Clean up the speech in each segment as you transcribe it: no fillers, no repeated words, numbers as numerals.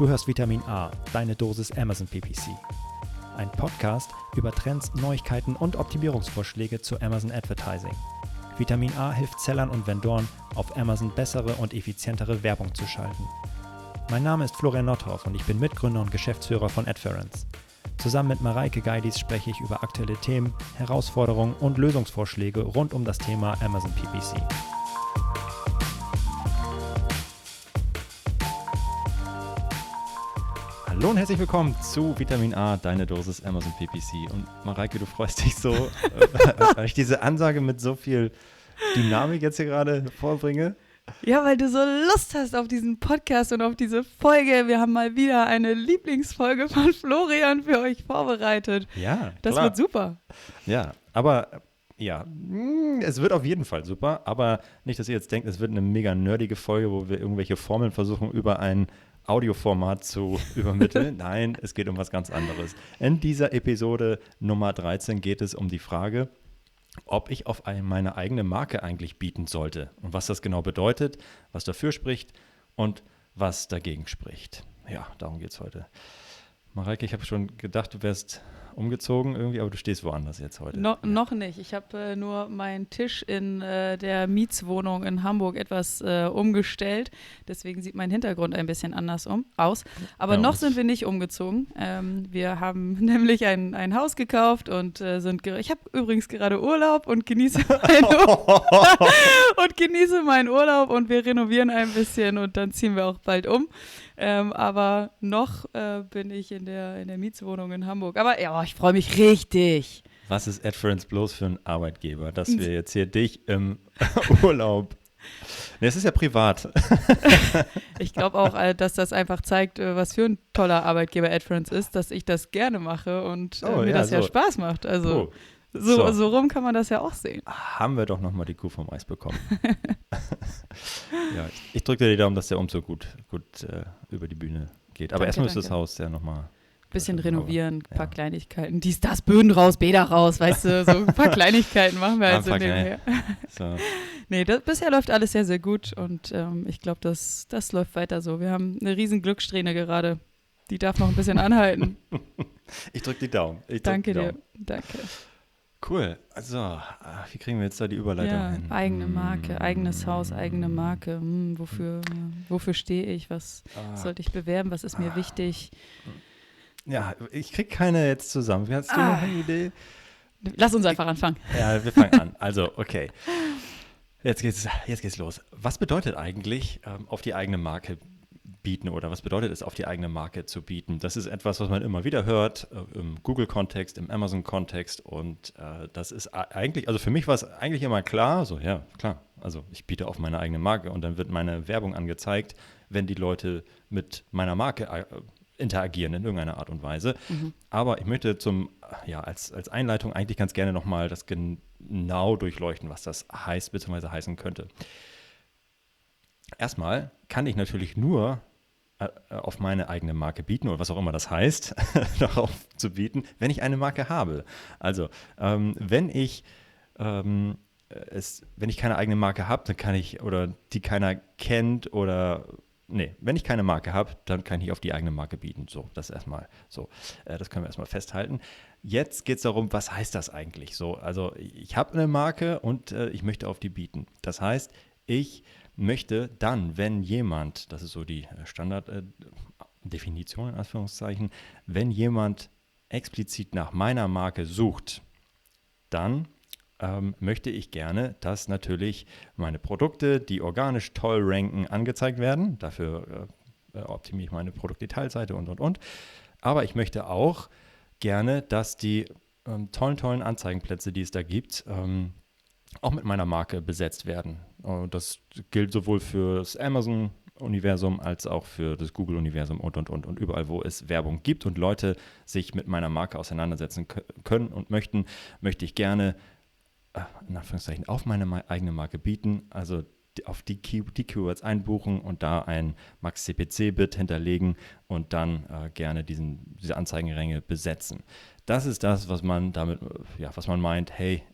Du hörst Vitamin A, deine Dosis Amazon PPC. Ein Podcast über Trends, Neuigkeiten und Optimierungsvorschläge zu Amazon Advertising. Vitamin A hilft Sellern und Vendoren, auf Amazon bessere und effizientere Werbung zu schalten. Mein Name ist Florian Nothoff und ich bin Mitgründer und Geschäftsführer von Adference. Zusammen mit Mareike Geidis spreche ich über aktuelle Themen, Herausforderungen und Lösungsvorschläge rund um das Thema Amazon PPC. Hallo und herzlich willkommen zu Vitamin A, deine Dosis Amazon PPC. Und Mareike, du freust dich so, weil ich diese Ansage mit so viel Dynamik jetzt hier gerade vorbringe. Ja, weil du so Lust hast auf diesen Podcast und auf diese Folge. Wir haben mal wieder eine Lieblingsfolge von Florian für euch vorbereitet. Ja, das klar. wird super. Ja, aber ja, es wird auf jeden Fall super. Aber nicht, dass ihr jetzt denkt, es wird eine mega nerdige Folge, wo wir irgendwelche Formeln versuchen, über ein Audioformat zu übermitteln. Nein, es geht um was ganz anderes. In dieser Episode Nummer 13 geht es um die Frage, ob ich auf meine eigene Marke eigentlich bieten sollte und was das genau bedeutet, was dafür spricht und was dagegen spricht. Ja, darum geht es heute. Mareike, ich habe schon gedacht, du wärst umgezogen irgendwie, aber du stehst woanders jetzt heute. Noch nicht. Ich habe nur meinen Tisch in der Mietswohnung in Hamburg etwas umgestellt. Deswegen sieht mein Hintergrund ein bisschen anders aus. Aber noch sind wir nicht umgezogen. Wir haben nämlich ein Haus gekauft und ich habe übrigens gerade Urlaub und genieße meinen Urlaub und wir renovieren ein bisschen und dann ziehen wir auch bald um. Aber noch bin ich in der Mietswohnung in Hamburg. Aber ja, ich freue mich richtig. Was ist Adference bloß für ein Arbeitgeber, dass wir jetzt hier dich im Urlaub... Nee, es ist ja privat. Ich glaube auch, dass das einfach zeigt, was für ein toller Arbeitgeber Adference ist, dass ich das gerne mache und mir das ja Spaß macht. Also so rum kann man das ja auch sehen. Haben wir doch nochmal die Kuh vom Eis bekommen. Ja, ich drücke dir die Daumen, dass der Umzug gut über die Bühne geht. Aber erstmal ist das Haus ja nochmal... Bisschen renovieren, ein paar Kleinigkeiten. Das Böden raus, Bäder raus, weißt du, so ein paar Kleinigkeiten machen wir halt so nebenher. So. Nee, bisher läuft alles sehr, sehr gut und ich glaube, das läuft weiter so. Wir haben eine riesen Glückssträhne gerade. Die darf noch ein bisschen anhalten. Ich drücke die Daumen. Danke dir, danke. Cool. Also, wie kriegen wir jetzt da die Überleitung hin? Eigene Marke, eigenes Haus, eigene Marke. Wofür stehe ich? Was sollte ich bewerben? Was ist mir wichtig? Ja, ich kriege keine jetzt zusammen. Hast du noch eine Idee? Lass uns einfach anfangen. Ja, wir fangen an. Also, okay. Jetzt geht's los. Was bedeutet eigentlich auf die eigene Marke bieten oder was bedeutet es, auf die eigene Marke zu bieten? Das ist etwas, was man immer wieder hört, im Google-Kontext, im Amazon-Kontext und das ist eigentlich, also für mich war es eigentlich immer klar, so ja, klar, also ich biete auf meine eigene Marke und dann wird meine Werbung angezeigt, wenn die Leute mit meiner Marke interagieren in irgendeiner Art und Weise. Mhm. Aber ich möchte als Einleitung eigentlich ganz gerne nochmal das genau durchleuchten, was das heißt bzw. heißen könnte. Erstmal kann ich natürlich nur auf meine eigene Marke bieten oder was auch immer das heißt, darauf zu bieten, wenn ich eine Marke habe. Also wenn ich keine eigene Marke habe, dann kann ich oder die keiner kennt oder wenn ich keine Marke habe, dann kann ich auf die eigene Marke bieten. So, das erstmal so. Das können wir erstmal festhalten. Jetzt geht es darum, was heißt das eigentlich? So, also ich habe eine Marke und ich möchte auf die bieten. Das heißt, ich möchte dann, wenn jemand, das ist so die Standarddefinition in Anführungszeichen, wenn jemand explizit nach meiner Marke sucht, dann möchte ich gerne, dass natürlich meine Produkte, die organisch toll ranken, angezeigt werden. Dafür optimiere ich meine Produktdetailseite und. Aber ich möchte auch gerne, dass die tollen Anzeigenplätze, die es da gibt, auch mit meiner Marke besetzt werden. Das gilt sowohl für das Amazon-Universum als auch für das Google-Universum und überall, wo es Werbung gibt und Leute sich mit meiner Marke auseinandersetzen können und möchte ich gerne in Anführungszeichen auf meine eigene Marke bieten, also auf die Keywords einbuchen und da ein Max-CPC-Bid hinterlegen und dann gerne diese Anzeigenränge besetzen. Das ist das, was man damit, was man meint, hey,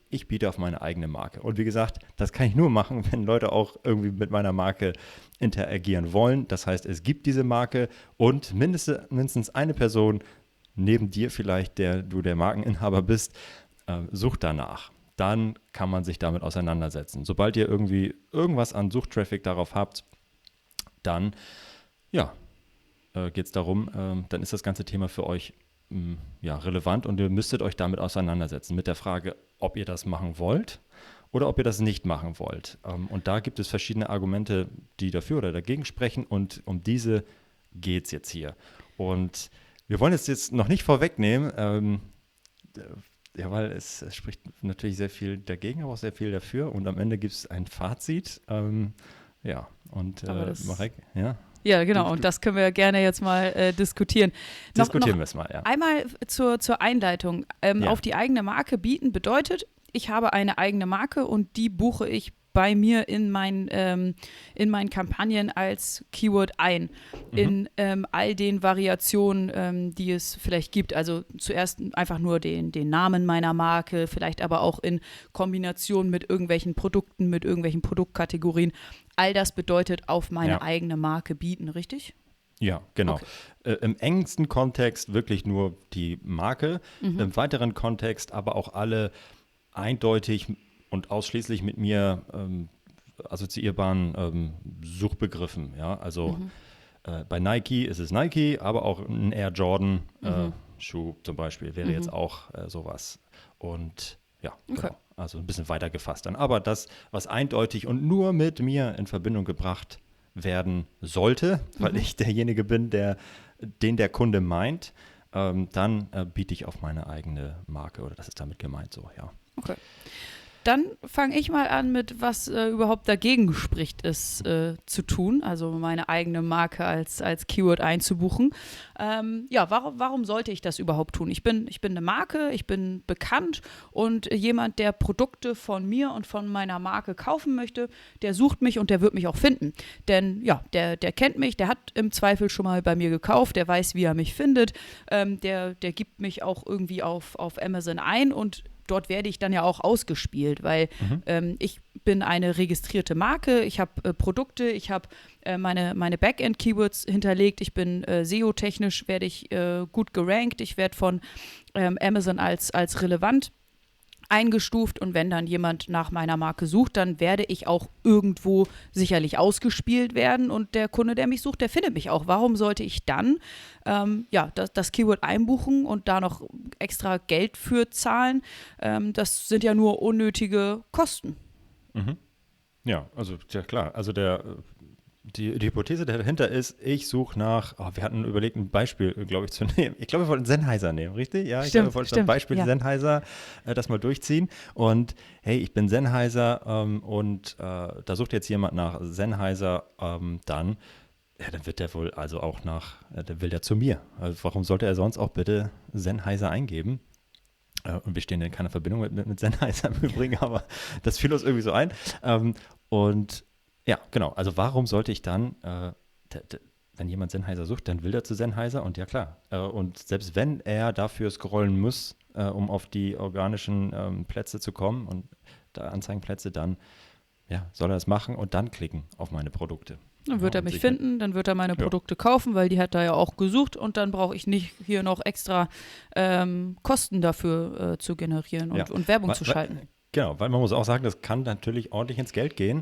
ich biete auf meine eigene Marke. Und wie gesagt, das kann ich nur machen, wenn Leute auch irgendwie mit meiner Marke interagieren wollen. Das heißt, es gibt diese Marke und mindestens eine Person neben dir vielleicht, der du der Markeninhaber bist, sucht danach. Dann kann man sich damit auseinandersetzen. Sobald ihr irgendwie irgendwas an Suchtraffic darauf habt, dann geht es darum, dann ist das ganze Thema für euch relevant und ihr müsstet euch damit auseinandersetzen mit der Frage, ob ihr das machen wollt oder ob ihr das nicht machen wollt. Und da gibt es verschiedene Argumente, die dafür oder dagegen sprechen und um diese geht es jetzt hier. Und wir wollen es jetzt noch nicht vorwegnehmen, weil es spricht natürlich sehr viel dagegen, aber auch sehr viel dafür und am Ende gibt es ein Fazit. Marek, ja? Ja, genau. Und das können wir gerne jetzt mal diskutieren. Diskutieren wir es mal, ja. Einmal zur Einleitung. Auf die eigene Marke bieten bedeutet, ich habe eine eigene Marke und die buche ich bei mir in meinen Kampagnen als Keyword ein. In all den Variationen, die es vielleicht gibt. Also zuerst einfach nur den Namen meiner Marke, vielleicht aber auch in Kombination mit irgendwelchen Produkten, mit irgendwelchen Produktkategorien. All das bedeutet auf meine eigene Marke bieten, richtig? Ja, genau. Okay. Im engsten Kontext wirklich nur die Marke, im weiteren Kontext aber auch alle eindeutig und ausschließlich mit mir assoziierbaren Suchbegriffen. Ja? Also bei Nike ist es Nike, aber auch ein Air Jordan Schuh zum Beispiel wäre jetzt auch sowas. Und genau. Also ein bisschen weiter gefasst dann. Aber das, was eindeutig und nur mit mir in Verbindung gebracht werden sollte, weil ich derjenige bin, den der Kunde meint, dann biete ich auf meine eigene Marke oder das ist damit gemeint so, ja. Okay. Dann fange ich mal an mit, was überhaupt dagegen spricht, es zu tun, also meine eigene Marke als Keyword einzubuchen. Warum sollte ich das überhaupt tun? Ich bin eine Marke, ich bin bekannt und jemand, der Produkte von mir und von meiner Marke kaufen möchte, der sucht mich und der wird mich auch finden. Denn der kennt mich, der hat im Zweifel schon mal bei mir gekauft, der weiß, wie er mich findet, der gibt mich auch irgendwie auf Amazon ein und dort werde ich dann ja auch ausgespielt, weil ich bin eine registrierte Marke, ich habe Produkte, ich habe meine Backend-Keywords hinterlegt, ich bin SEO-technisch, werde ich gut gerankt, ich werde von Amazon als relevant eingestuft und wenn dann jemand nach meiner Marke sucht, dann werde ich auch irgendwo sicherlich ausgespielt werden und der Kunde, der mich sucht, der findet mich auch. Warum sollte ich dann das Keyword einbuchen und da noch extra Geld für zahlen? Das sind ja nur unnötige Kosten. Ja, also ja klar, also die Hypothese dahinter ist, ich suche nach, wir hatten überlegt, ein Beispiel, glaube ich, zu nehmen. Ich glaube, wir wollten Sennheiser nehmen, richtig? Ja, ich glaube, wir wollten ein Beispiel Sennheiser das mal durchziehen. Und hey, ich bin Sennheiser und da sucht jetzt jemand nach Sennheiser, dann wird der wohl also auch dann will der zu mir. Also warum sollte er sonst auch bitte Sennheiser eingeben? Und wir stehen in keiner Verbindung mit Sennheiser im Übrigen, aber das fiel uns irgendwie so ein. Und ja, genau. Also warum sollte ich dann, wenn jemand Sennheiser sucht, dann will er zu Sennheiser und ja klar. Und selbst wenn er dafür scrollen muss, um auf die organischen Plätze zu kommen und da Anzeigenplätze, dann soll er das machen und dann klicken auf meine Produkte. Dann wird er mich finden, dann wird er meine Produkte kaufen, weil die hat er ja auch gesucht und dann brauche ich nicht hier noch extra Kosten dafür zu generieren und Werbung zu schalten. Genau, weil man muss auch sagen, das kann natürlich ordentlich ins Geld gehen.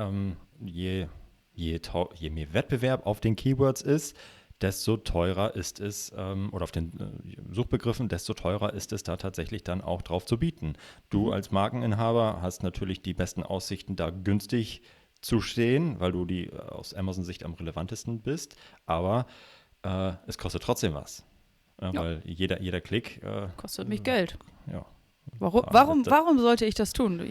Je mehr Wettbewerb auf den Keywords ist, desto teurer ist es, oder auf den Suchbegriffen, desto teurer ist es da tatsächlich dann auch drauf zu bieten. Du als Markeninhaber hast natürlich die besten Aussichten, da günstig zu stehen, weil du die aus Amazon-Sicht am relevantesten bist, aber es kostet trotzdem was. Weil jeder Klick kostet mich Geld. Ja. Warum sollte ich das tun?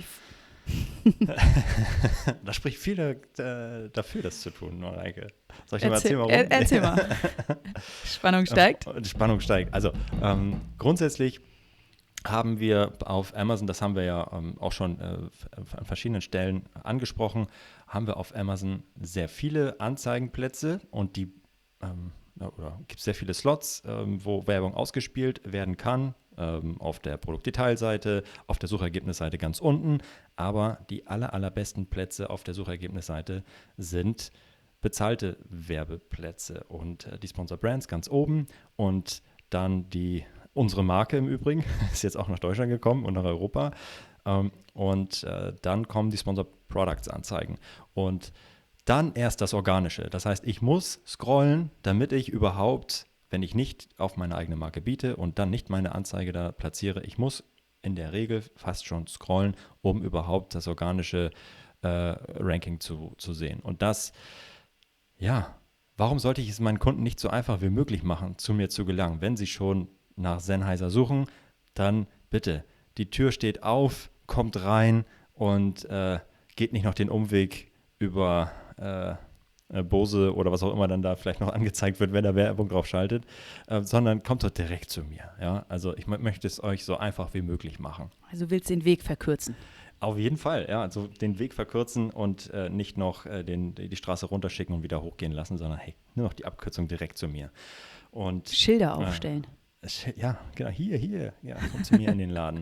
Da spricht viel dafür, das zu tun, Mareike. Soll ich dir mal erzählen, warum? Erzähl mal. Spannung steigt. Spannung steigt. Also grundsätzlich haben wir auf Amazon, das haben wir ja auch schon an verschiedenen Stellen angesprochen, haben wir auf Amazon sehr viele Anzeigenplätze und oder gibt es sehr viele Slots, wo Werbung ausgespielt werden kann. auf der Produktdetailseite, auf der Suchergebnisseite ganz unten. Aber die allerbesten Plätze auf der Suchergebnisseite sind bezahlte Werbeplätze und die Sponsor Brands ganz oben und dann unsere Marke im Übrigen, ist jetzt auch nach Deutschland gekommen und nach Europa. Und dann kommen die Sponsor Products Anzeigen. Und dann erst das Organische. Das heißt, ich muss scrollen, damit ich überhaupt, wenn ich nicht auf meine eigene Marke biete und dann nicht meine Anzeige da platziere, ich muss in der Regel fast schon scrollen, um überhaupt das organische Ranking zu sehen. Und das, ja, warum sollte ich es meinen Kunden nicht so einfach wie möglich machen, zu mir zu gelangen? Wenn sie schon nach Sennheiser suchen, dann bitte, die Tür steht auf, kommt rein und geht nicht noch den Umweg über Bose oder was auch immer dann da vielleicht noch angezeigt wird, wenn da Werbung drauf schaltet, sondern kommt doch direkt zu mir. Ja? Also ich möchte es euch so einfach wie möglich machen. Also willst du den Weg verkürzen? Auf jeden Fall, ja. Also den Weg verkürzen und nicht noch die Straße runterschicken und wieder hochgehen lassen, sondern hey, nur noch die Abkürzung direkt zu mir. Und Schilder aufstellen. Ja, genau, hier, ja, kommt zu mir in den Laden.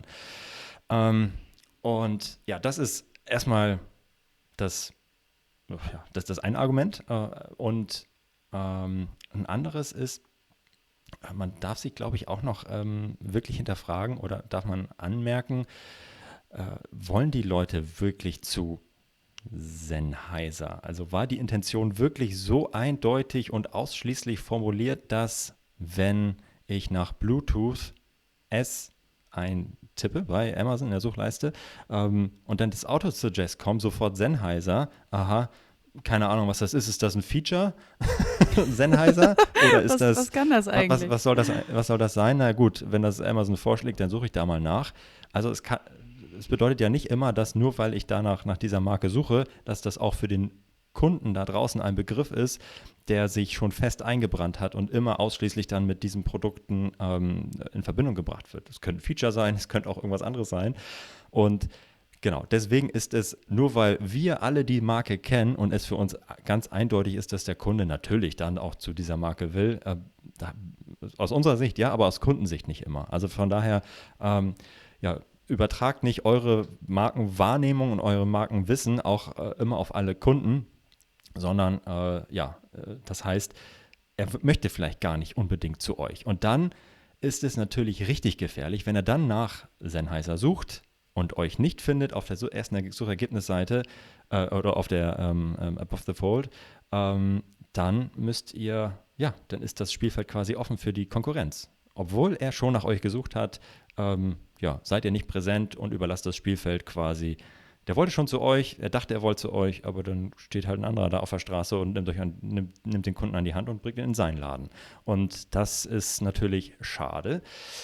Und ja, das ist erstmal das ist ein Argument. Und ein anderes ist, man darf sich, glaube ich, auch noch wirklich hinterfragen oder darf man anmerken, wollen die Leute wirklich zu Sennheiser? Also war die Intention wirklich so eindeutig und ausschließlich formuliert, dass wenn ich nach Bluetooth S eintippe bei Amazon in der Suchleiste und dann das Auto-Suggest kommt, sofort Sennheiser, aha, keine Ahnung, was das ist. Ist das ein Feature? Sennheiser? Oder ist was kann das eigentlich? Was soll das sein? Na gut, wenn das Amazon vorschlägt, dann suche ich da mal nach. Also es bedeutet ja nicht immer, dass nur weil ich danach nach dieser Marke suche, dass das auch für den Kunden da draußen ein Begriff ist, der sich schon fest eingebrannt hat und immer ausschließlich dann mit diesen Produkten in Verbindung gebracht wird. Es könnte ein Feature sein, es könnte auch irgendwas anderes sein. Und genau, deswegen ist es, nur weil wir alle die Marke kennen und es für uns ganz eindeutig ist, dass der Kunde natürlich dann auch zu dieser Marke will, aus unserer Sicht ja, aber aus Kundensicht nicht immer. Also von daher, übertragt nicht eure Markenwahrnehmung und eure Markenwissen auch immer auf alle Kunden, sondern das heißt, er möchte vielleicht gar nicht unbedingt zu euch. Und dann ist es natürlich richtig gefährlich, wenn er dann nach Sennheiser sucht und euch nicht findet auf der ersten Suchergebnisseite oder auf der Above the Fold, dann dann ist das Spielfeld quasi offen für die Konkurrenz. Obwohl er schon nach euch gesucht hat, seid ihr nicht präsent und überlasst das Spielfeld quasi. Der wollte schon zu euch, er dachte, er wollte zu euch, aber dann steht halt ein anderer da auf der Straße und nimmt den Kunden an die Hand und bringt ihn in seinen Laden. Und das ist natürlich schade.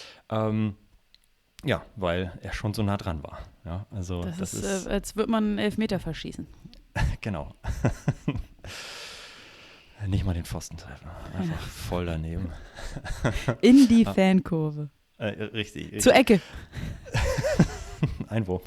Weil er schon so nah dran war. Ja, also das ist, als würde man einen Elfmeter verschießen. Genau. Nicht mal den Pfosten treffen. Einfach voll daneben. In die Fankurve. Richtig. Zur Ecke. Einwurf.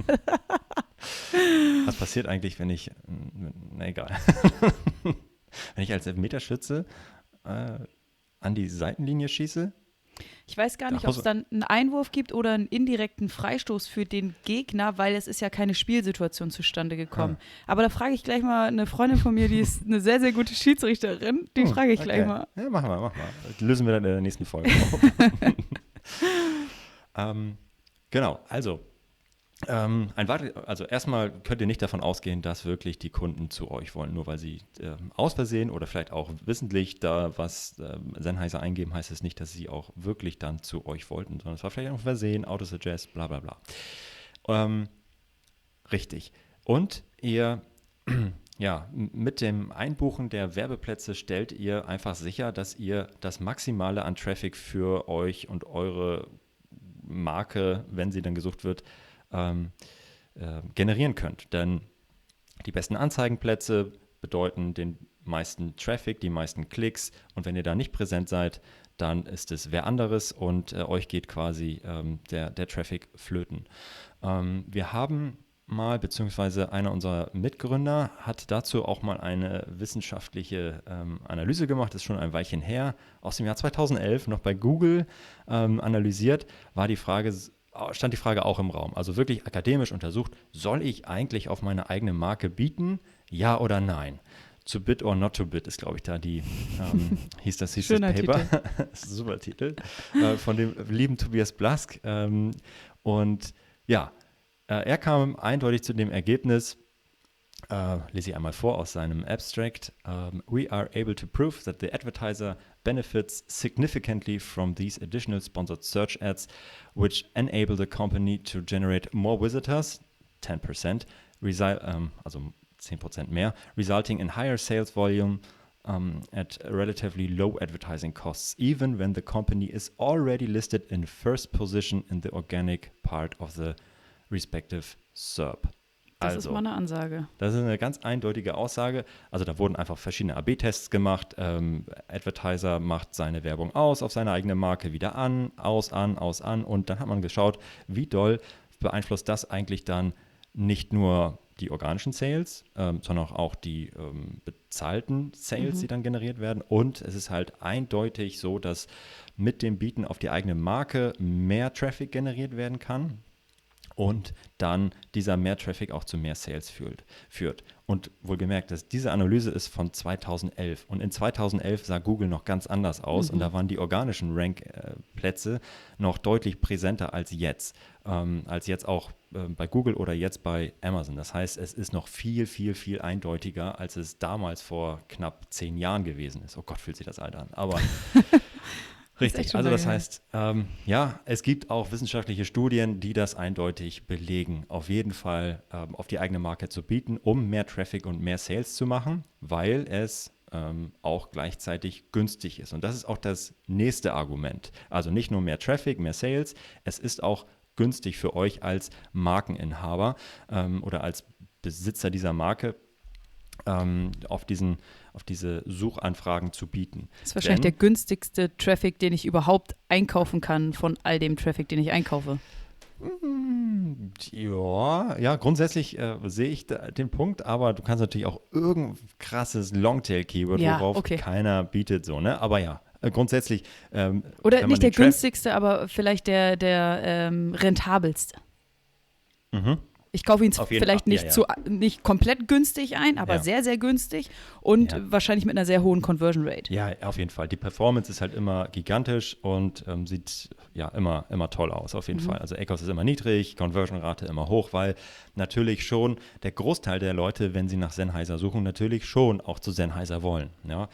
Was passiert eigentlich, wenn ich, na egal, wenn ich als Elfmeterschütze an die Seitenlinie schieße? Ich weiß gar nicht, ob es dann einen Einwurf gibt oder einen indirekten Freistoß für den Gegner, weil es ist ja keine Spielsituation zustande gekommen. Aber da frage ich gleich mal eine Freundin von mir, die ist eine sehr, sehr gute Schiedsrichterin, die frage ich gleich mal. Ja, mach mal. Lösen wir dann in der nächsten Folge auf. Genau, also erstmal könnt ihr nicht davon ausgehen, dass wirklich die Kunden zu euch wollen, nur weil sie aus Versehen oder vielleicht auch wissentlich da was Sennheiser eingeben, heißt es nicht, dass sie auch wirklich dann zu euch wollten, sondern es war vielleicht auch Versehen, Autosuggest, bla bla bla. Richtig. Und ihr, mit dem Einbuchen der Werbeplätze stellt ihr einfach sicher, dass ihr das Maximale an Traffic für euch und eure Marke, wenn sie dann gesucht wird, generieren könnt. Denn die besten Anzeigenplätze bedeuten den meisten Traffic, die meisten Klicks und wenn ihr da nicht präsent seid, dann ist es wer anderes und euch geht quasi der Traffic flöten. Wir haben mal, beziehungsweise einer unserer Mitgründer hat dazu auch mal eine wissenschaftliche Analyse gemacht, das ist schon ein Weilchen her, aus dem Jahr 2011, noch bei Google analysiert, stand die Frage auch im Raum. Also wirklich akademisch untersucht, soll ich eigentlich auf meine eigene Marke bieten? Ja oder nein? To bid or not to bid ist, glaube ich, da hieß das Paper. Super Titel. Von dem lieben Tobias Blask. Und ja, er kam eindeutig zu dem Ergebnis, lese ich einmal vor aus seinem Abstract. We are able to prove that the advertiser benefits significantly from these additional sponsored search ads, which enable the company to generate more visitors, 10%, also 10% mehr, resulting in higher sales volume at relatively low advertising costs, even when the company is already listed in first position in the organic part of the respective SERP. Das ist mal eine Ansage. Das ist eine ganz eindeutige Aussage. Also da wurden einfach verschiedene AB-Tests gemacht. Advertiser macht seine Werbung aus auf seine eigene Marke wieder an, aus, an, aus, an. Und dann hat man geschaut, wie doll beeinflusst das eigentlich dann nicht nur die organischen Sales, sondern auch die bezahlten Sales, die dann generiert werden. Und es ist halt eindeutig so, dass mit dem Bieten auf die eigene Marke mehr Traffic generiert werden kann. Und dann dieser mehr Traffic auch zu mehr Sales führt. Und wohlgemerkt, dass diese Analyse ist von 2011. Und in 2011 sah Google noch ganz anders aus. Und da waren die organischen Rank-Plätze noch deutlich präsenter als jetzt. Als jetzt auch bei Google oder jetzt bei Amazon. Das heißt, es ist noch viel, viel, viel eindeutiger, als es damals vor knapp 10 Jahren gewesen ist. Oh Gott, fühlt sich das alt an. Aber richtig, also das heißt, ja, es gibt auch wissenschaftliche Studien, die das eindeutig belegen, auf jeden Fall auf die eigene Marke zu bieten, um mehr Traffic und mehr Sales zu machen, weil es auch gleichzeitig günstig ist. Und das ist auch das nächste Argument. Also nicht nur mehr Traffic, mehr Sales, es ist auch günstig für euch als Markeninhaber oder als Besitzer dieser Marke, auf diese Suchanfragen zu bieten. Das ist wahrscheinlich der günstigste Traffic, den ich überhaupt einkaufen kann von all dem Traffic, den ich einkaufe. Ja, grundsätzlich sehe ich den Punkt, aber du kannst natürlich auch irgendein krasses Longtail-Keyword, worauf keiner bietet, so, ne? Aber ja, grundsätzlich. Oder nicht der günstigste, aber vielleicht der rentabelste. Ich kaufe ihn vielleicht nicht komplett günstig ein, aber sehr, sehr günstig und wahrscheinlich mit einer sehr hohen Conversion Rate. Ja, auf jeden Fall. Die Performance ist halt immer gigantisch und sieht ja immer toll aus, auf jeden Fall. Also ACoS ist immer niedrig, Conversion-Rate immer hoch, weil natürlich schon der Großteil der Leute, wenn sie nach Sennheiser suchen, natürlich schon auch zu Sennheiser wollen. Ja?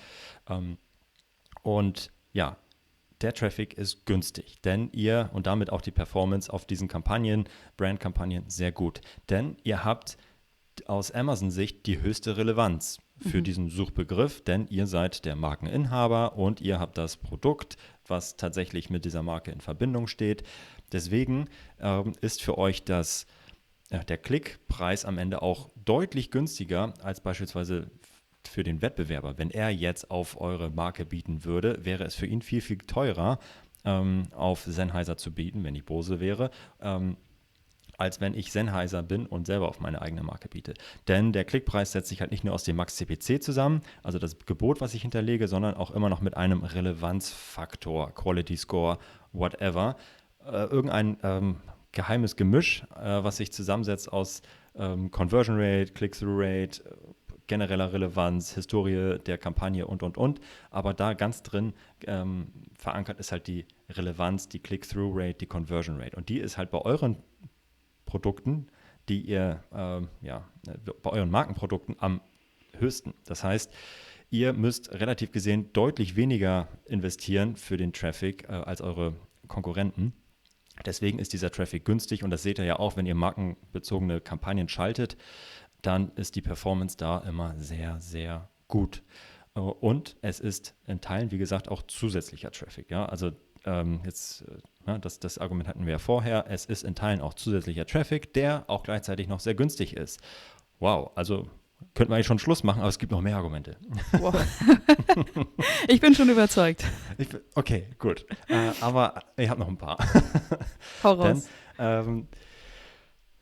Und ja, der Traffic ist günstig, denn ihr und damit auch die Performance auf diesen Kampagnen, Brandkampagnen sehr gut. Denn ihr habt aus Amazon-Sicht die höchste Relevanz für diesen Suchbegriff, denn ihr seid der Markeninhaber und ihr habt das Produkt, was tatsächlich mit dieser Marke in Verbindung steht. Deswegen ist für euch der Klickpreis am Ende auch deutlich günstiger als beispielsweise für den Wettbewerber. Wenn er jetzt auf eure Marke bieten würde, wäre es für ihn viel, viel teurer, auf Sennheiser zu bieten, wenn ich Bose wäre, als wenn ich Sennheiser bin und selber auf meine eigene Marke biete. Denn der Klickpreis setzt sich halt nicht nur aus dem Max CPC zusammen, also das Gebot, was ich hinterlege, sondern auch immer noch mit einem Relevanzfaktor, Quality Score, whatever. Irgendein geheimes Gemisch, was sich zusammensetzt aus Conversion Rate, Click-Through Rate, genereller Relevanz, Historie der Kampagne und. Aber da ganz drin verankert ist halt die Relevanz, die Click-Through-Rate, die Conversion Rate. Und die ist halt bei euren Produkten, die ihr, bei euren Markenprodukten am höchsten. Das heißt, ihr müsst relativ gesehen deutlich weniger investieren für den Traffic als eure Konkurrenten. Deswegen ist dieser Traffic günstig und das seht ihr ja auch, wenn ihr markenbezogene Kampagnen schaltet, dann ist die Performance da immer sehr, sehr gut. Und es ist in Teilen, wie gesagt, auch zusätzlicher Traffic. Ja? Also das Argument hatten wir ja vorher. Es ist in Teilen auch zusätzlicher Traffic, der auch gleichzeitig noch sehr günstig ist. Wow, also könnten wir eigentlich schon Schluss machen, aber es gibt noch mehr Argumente. Wow. Ich bin schon überzeugt. Okay, gut. Aber ich habe noch ein paar. Hau raus.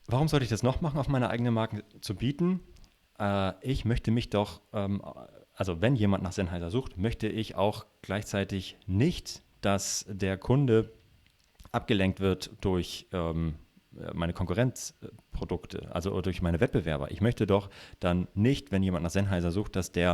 warum sollte ich das noch machen, auf meine eigene Marke zu bieten? Ich möchte mich doch, also wenn jemand nach Sennheiser sucht, möchte ich auch gleichzeitig nicht, dass der Kunde abgelenkt wird durch meine Konkurrenzprodukte, also durch meine Wettbewerber. Ich möchte doch dann nicht, wenn jemand nach Sennheiser sucht, dass der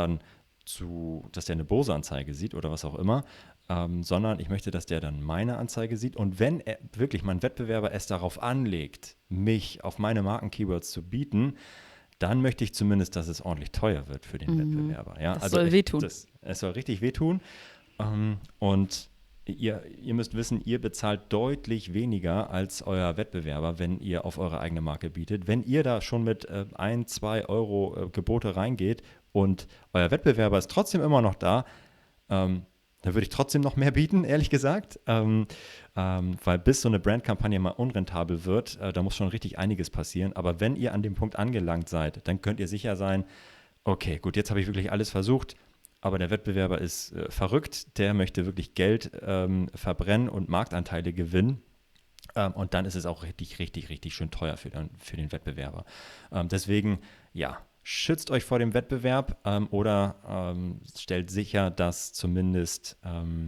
eine Bose-Anzeige sieht oder was auch immer, sondern ich möchte, dass der dann meine Anzeige sieht. Und wenn wirklich mein Wettbewerber es darauf anlegt, mich auf meine Marken-Keywords zu bieten, dann möchte ich zumindest, dass es ordentlich teuer wird für den Wettbewerber. Ja? Das soll wehtun. Es soll richtig wehtun. Und ihr müsst wissen, ihr bezahlt deutlich weniger als euer Wettbewerber, wenn ihr auf eure eigene Marke bietet. Wenn ihr da schon mit 1, 2 Euro Gebote reingeht und euer Wettbewerber ist trotzdem immer noch da, da würde ich trotzdem noch mehr bieten, ehrlich gesagt, weil bis so eine Brandkampagne mal unrentabel wird, da muss schon richtig einiges passieren. Aber wenn ihr an dem Punkt angelangt seid, dann könnt ihr sicher sein, okay, gut, jetzt habe ich wirklich alles versucht, aber der Wettbewerber ist verrückt, der möchte wirklich Geld verbrennen und Marktanteile gewinnen. Und dann ist es auch richtig, richtig, richtig schön teuer für den Wettbewerber. Deswegen, ja, schützt euch vor dem Wettbewerb oder stellt sicher, dass zumindest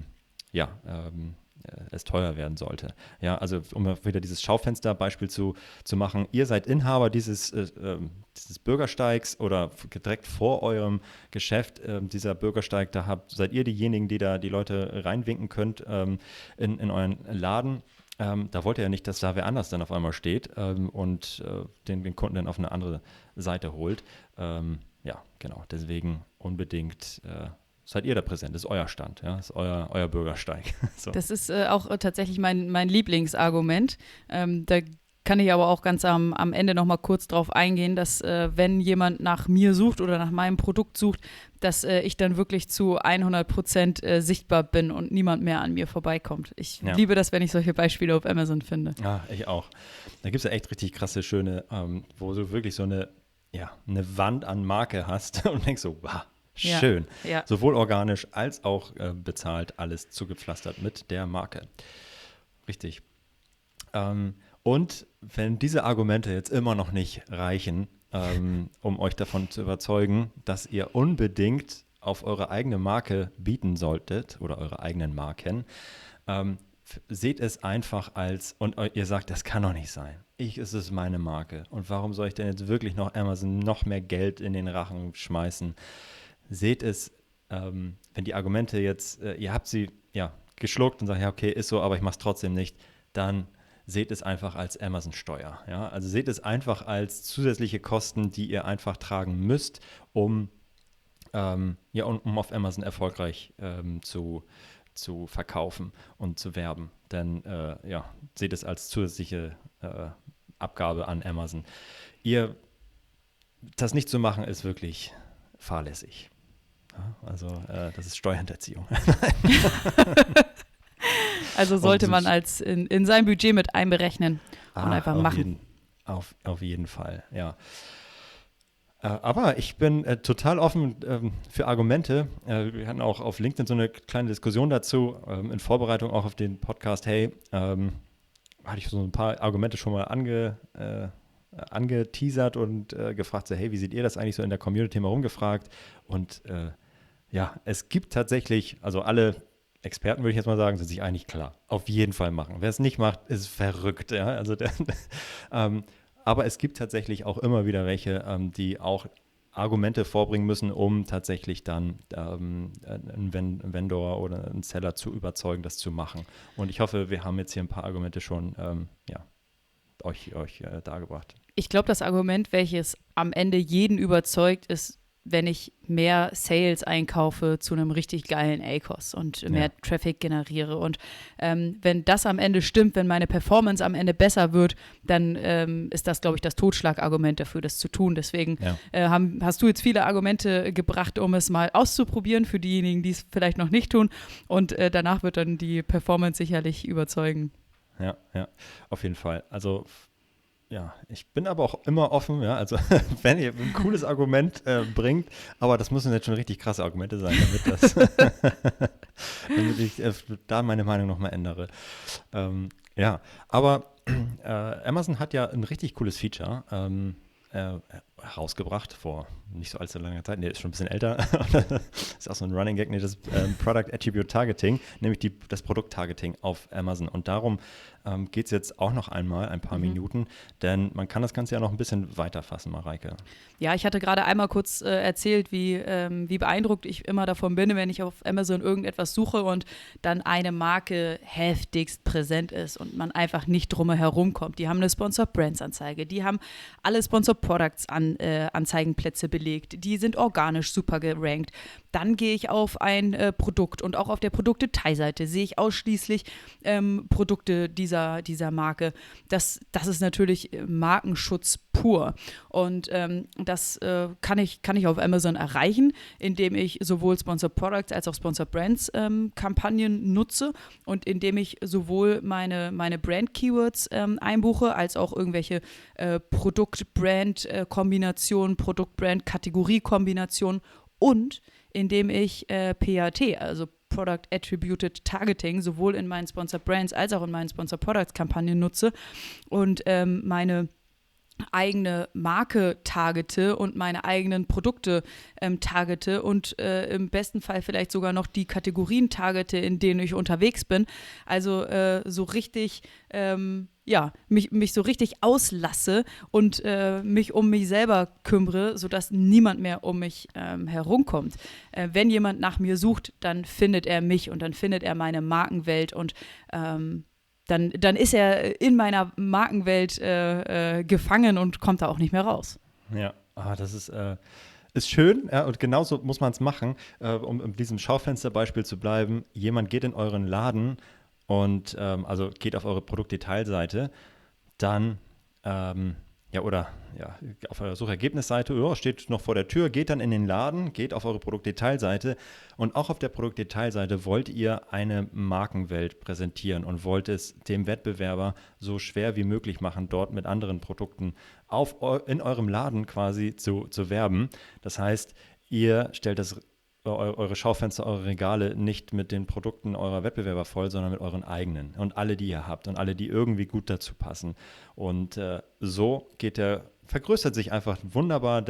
es teuer werden sollte. Ja, also um wieder dieses Schaufensterbeispiel zu machen, ihr seid Inhaber dieses Bürgersteigs oder direkt vor eurem Geschäft, dieser Bürgersteig, seid ihr diejenigen, die da die Leute reinwinken könnt in euren Laden. Da wollt ihr ja nicht, dass da wer anders dann auf einmal steht und den Kunden dann auf eine andere Seite holt. Ja, genau. Deswegen unbedingt seid ihr da präsent. Das ist euer Stand, ja? Das ist euer Bürgersteig. So. Das ist auch tatsächlich mein Lieblingsargument. Da kann ich aber auch ganz am Ende noch mal kurz drauf eingehen, dass wenn jemand nach mir sucht oder nach meinem Produkt sucht, dass ich dann wirklich zu 100% sichtbar bin und niemand mehr an mir vorbeikommt. Ich liebe das, wenn ich solche Beispiele auf Amazon finde. Ja, ich auch. Da gibt es ja echt richtig krasse, schöne, wo du wirklich so eine Wand an Marke hast und denkst so, wow, schön. Ja. Sowohl organisch als auch bezahlt, alles zugepflastert mit der Marke. Richtig. Und wenn diese Argumente jetzt immer noch nicht reichen, um euch davon zu überzeugen, dass ihr unbedingt auf eure eigene Marke bieten solltet oder eure eigenen Marken, seht es einfach und ihr sagt, das kann doch nicht sein. Es ist meine Marke. Und warum soll ich denn jetzt wirklich noch Amazon noch mehr Geld in den Rachen schmeißen? Seht es, wenn die Argumente jetzt, ihr habt sie geschluckt und sagt, ja okay, ist so, aber ich mache es trotzdem nicht, dann seht es einfach als Amazon-Steuer. Ja? Also seht es einfach als zusätzliche Kosten, die ihr einfach tragen müsst, um auf Amazon erfolgreich zu verkaufen und zu werben. Denn seht es als zusätzliche Abgabe an Amazon. Das nicht zu machen, ist wirklich fahrlässig. Ja? Also das ist Steuerhinterziehung. Also sollte man als in sein Budget mit einberechnen und einfach machen. Auf jeden Fall, ja. Aber ich bin total offen für Argumente. Wir hatten auch auf LinkedIn so eine kleine Diskussion dazu, in Vorbereitung auch auf den Podcast. Hey, hatte ich so ein paar Argumente schon mal angeteasert und gefragt, so, hey, wie seht ihr das eigentlich so in der Community mal rumgefragt? Und es gibt tatsächlich, also alle Experten, würde ich jetzt mal sagen, sind sich eigentlich klar. Auf jeden Fall machen. Wer es nicht macht, ist verrückt. Ja? Also aber es gibt tatsächlich auch immer wieder welche, die auch Argumente vorbringen müssen, um tatsächlich dann einen Vendor oder einen Seller zu überzeugen, das zu machen. Und ich hoffe, wir haben jetzt hier ein paar Argumente schon euch dargebracht. Ich glaube, das Argument, welches am Ende jeden überzeugt, ist, wenn ich mehr Sales einkaufe zu einem richtig geilen ACOS und mehr Traffic generiere. Und wenn das am Ende stimmt, wenn meine Performance am Ende besser wird, dann ist das, glaube ich, das Totschlagargument dafür, das zu tun. Deswegen hast du jetzt viele Argumente gebracht, um es mal auszuprobieren für diejenigen, die es vielleicht noch nicht tun. Und danach wird dann die Performance sicherlich überzeugen. Ja, auf jeden Fall. Also ich bin aber auch immer offen, also wenn ihr ein cooles Argument bringt, aber das müssen jetzt schon richtig krasse Argumente sein, damit ich da meine Meinung nochmal ändere. Aber Amazon hat ja ein richtig cooles Feature rausgebracht vor nicht so allzu langer Zeit. Nee, ist schon ein bisschen älter. Ist auch so ein Running Gag, das Product Attribute Targeting, nämlich das Produkt-Targeting auf Amazon. Und darum geht es jetzt auch noch einmal ein paar Minuten, denn man kann das Ganze ja noch ein bisschen weiter fassen, Mareike. Ja, ich hatte gerade einmal kurz erzählt, wie beeindruckt ich immer davon bin, wenn ich auf Amazon irgendetwas suche und dann eine Marke heftigst präsent ist und man einfach nicht drum herum kommt. Die haben eine Sponsored Brands Anzeige, die haben alle Sponsored Products Anzeigenplätze belegt, die sind organisch super gerankt. Dann gehe ich auf ein Produkt und auch auf der Produktdetailseite sehe ich ausschließlich Produkte dieser Marke. Das ist natürlich Markenschutz pur. Und das kann ich auf Amazon erreichen, indem ich sowohl Sponsored Products als auch Sponsored Brands Kampagnen nutze und indem ich sowohl meine Brand-Keywords einbuche, als auch irgendwelche Produkt-Brand-Kombinationen, Produkt-Brand-Kategorie-Kombinationen und indem ich PAT, also Product Attributed Targeting, sowohl in meinen Sponsored Brands als auch in meinen Sponsored Products Kampagnen nutze und meine eigene Marke targete und meine eigenen Produkte targete und im besten Fall vielleicht sogar noch die Kategorien targete, in denen ich unterwegs bin. Also so richtig, mich so richtig auslasse und mich um mich selber kümmere, sodass niemand mehr um mich herumkommt. Wenn jemand nach mir sucht, dann findet er mich und dann findet er meine Markenwelt und dann ist er in meiner Markenwelt gefangen und kommt da auch nicht mehr raus. Ja, das ist schön, ja, und genauso muss man es machen, um in diesem Schaufensterbeispiel zu bleiben. Jemand geht in euren Laden und also geht auf eure Produktdetailseite, dann auf eurer Suchergebnisseite, steht noch vor der Tür, geht dann in den Laden, geht auf eure Produktdetailseite und auch auf der Produktdetailseite wollt ihr eine Markenwelt präsentieren und wollt es dem Wettbewerber so schwer wie möglich machen, dort mit anderen Produkten in eurem Laden quasi zu werben. Das heißt, ihr stellt eure Schaufenster, eure Regale nicht mit den Produkten eurer Wettbewerber voll, sondern mit euren eigenen und alle, die ihr habt und alle, die irgendwie gut dazu passen. Und so vergrößert sich einfach wunderbar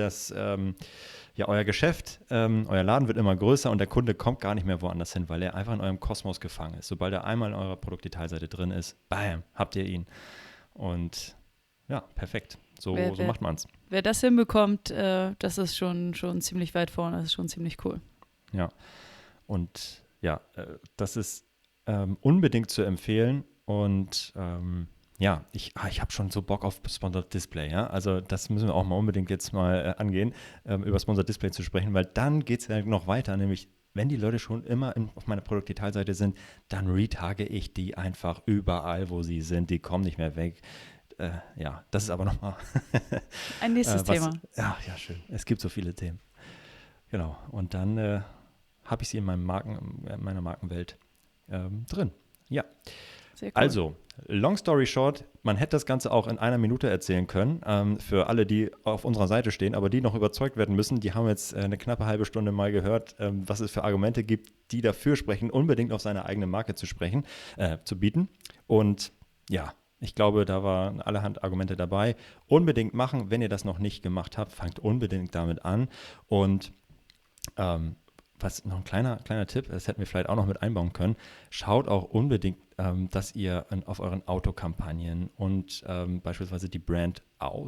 euer Geschäft, euer Laden wird immer größer und der Kunde kommt gar nicht mehr woanders hin, weil er einfach in eurem Kosmos gefangen ist. Sobald er einmal in eurer Produktdetailseite drin ist, bam, habt ihr ihn. Und ja, perfekt. So macht man es. Wer das hinbekommt, das ist schon ziemlich weit vorne, das ist schon ziemlich cool. Ja, und das ist unbedingt zu empfehlen und ich habe schon so Bock auf Sponsored Display, ja, also das müssen wir auch mal unbedingt jetzt mal angehen, über Sponsored Display zu sprechen, weil dann geht es ja noch weiter, nämlich wenn die Leute schon immer auf meiner Produktdetailseite sind, dann retarge ich die einfach überall, wo sie sind, die kommen nicht mehr weg. Das ist aber nochmal ein nächstes Thema. Ja, schön. Es gibt so viele Themen. Genau. Und dann habe ich sie in meiner Markenwelt drin. Ja. Sehr cool. Also, long story short, man hätte das Ganze auch in einer Minute erzählen können, für alle, die auf unserer Seite stehen, aber die noch überzeugt werden müssen. Die haben jetzt eine knappe halbe Stunde mal gehört, was es für Argumente gibt, die dafür sprechen, unbedingt auf seine eigene Marke zu bieten. Und ja, ich glaube, da waren allerhand Argumente dabei. Unbedingt machen, wenn ihr das noch nicht gemacht habt, fangt unbedingt damit an. Und was noch ein kleiner Tipp, das hätten wir vielleicht auch noch mit einbauen können, schaut auch unbedingt, dass ihr auf euren Autokampagnen und beispielsweise die Brand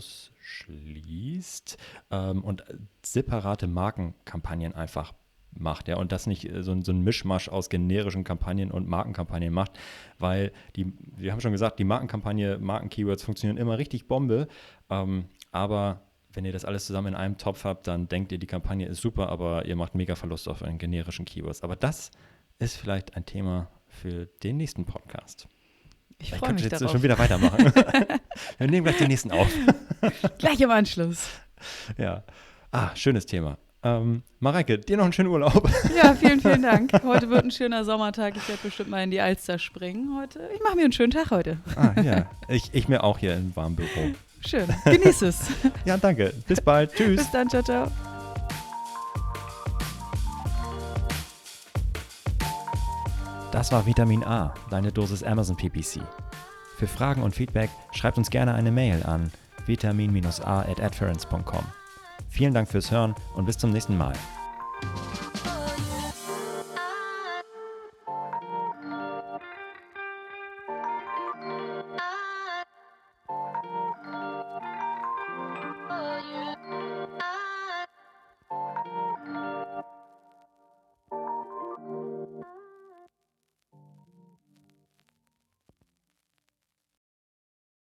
ausschließt und separate Markenkampagnen einfach macht, ja, und das nicht so ein Mischmasch aus generischen Kampagnen und Markenkampagnen macht, weil wir haben schon gesagt, die Marken-Keywords funktionieren immer richtig Bombe, aber wenn ihr das alles zusammen in einem Topf habt, dann denkt ihr, die Kampagne ist super, aber ihr macht mega Verlust auf euren generischen Keywords. Aber das ist vielleicht ein Thema für den nächsten Podcast. Ich freue mich darauf. Jetzt schon wieder weitermachen. Wir nehmen gleich den nächsten auf. Gleich im Anschluss. Ja. Schönes Thema. Mareike, dir noch einen schönen Urlaub. Ja, vielen, vielen Dank. Heute wird ein schöner Sommertag. Ich werde bestimmt mal in die Alster springen heute. Ich mache mir einen schönen Tag heute. Ja. Ich mir auch hier im warmen Büro. Schön. Genieß es. Ja, danke. Bis bald. Tschüss. Bis dann. Ciao, ciao. Das war Vitamin A, deine Dosis Amazon PPC. Für Fragen und Feedback schreibt uns gerne eine Mail an vitamin-a@adference.com. Vielen Dank fürs Hören und bis zum nächsten Mal.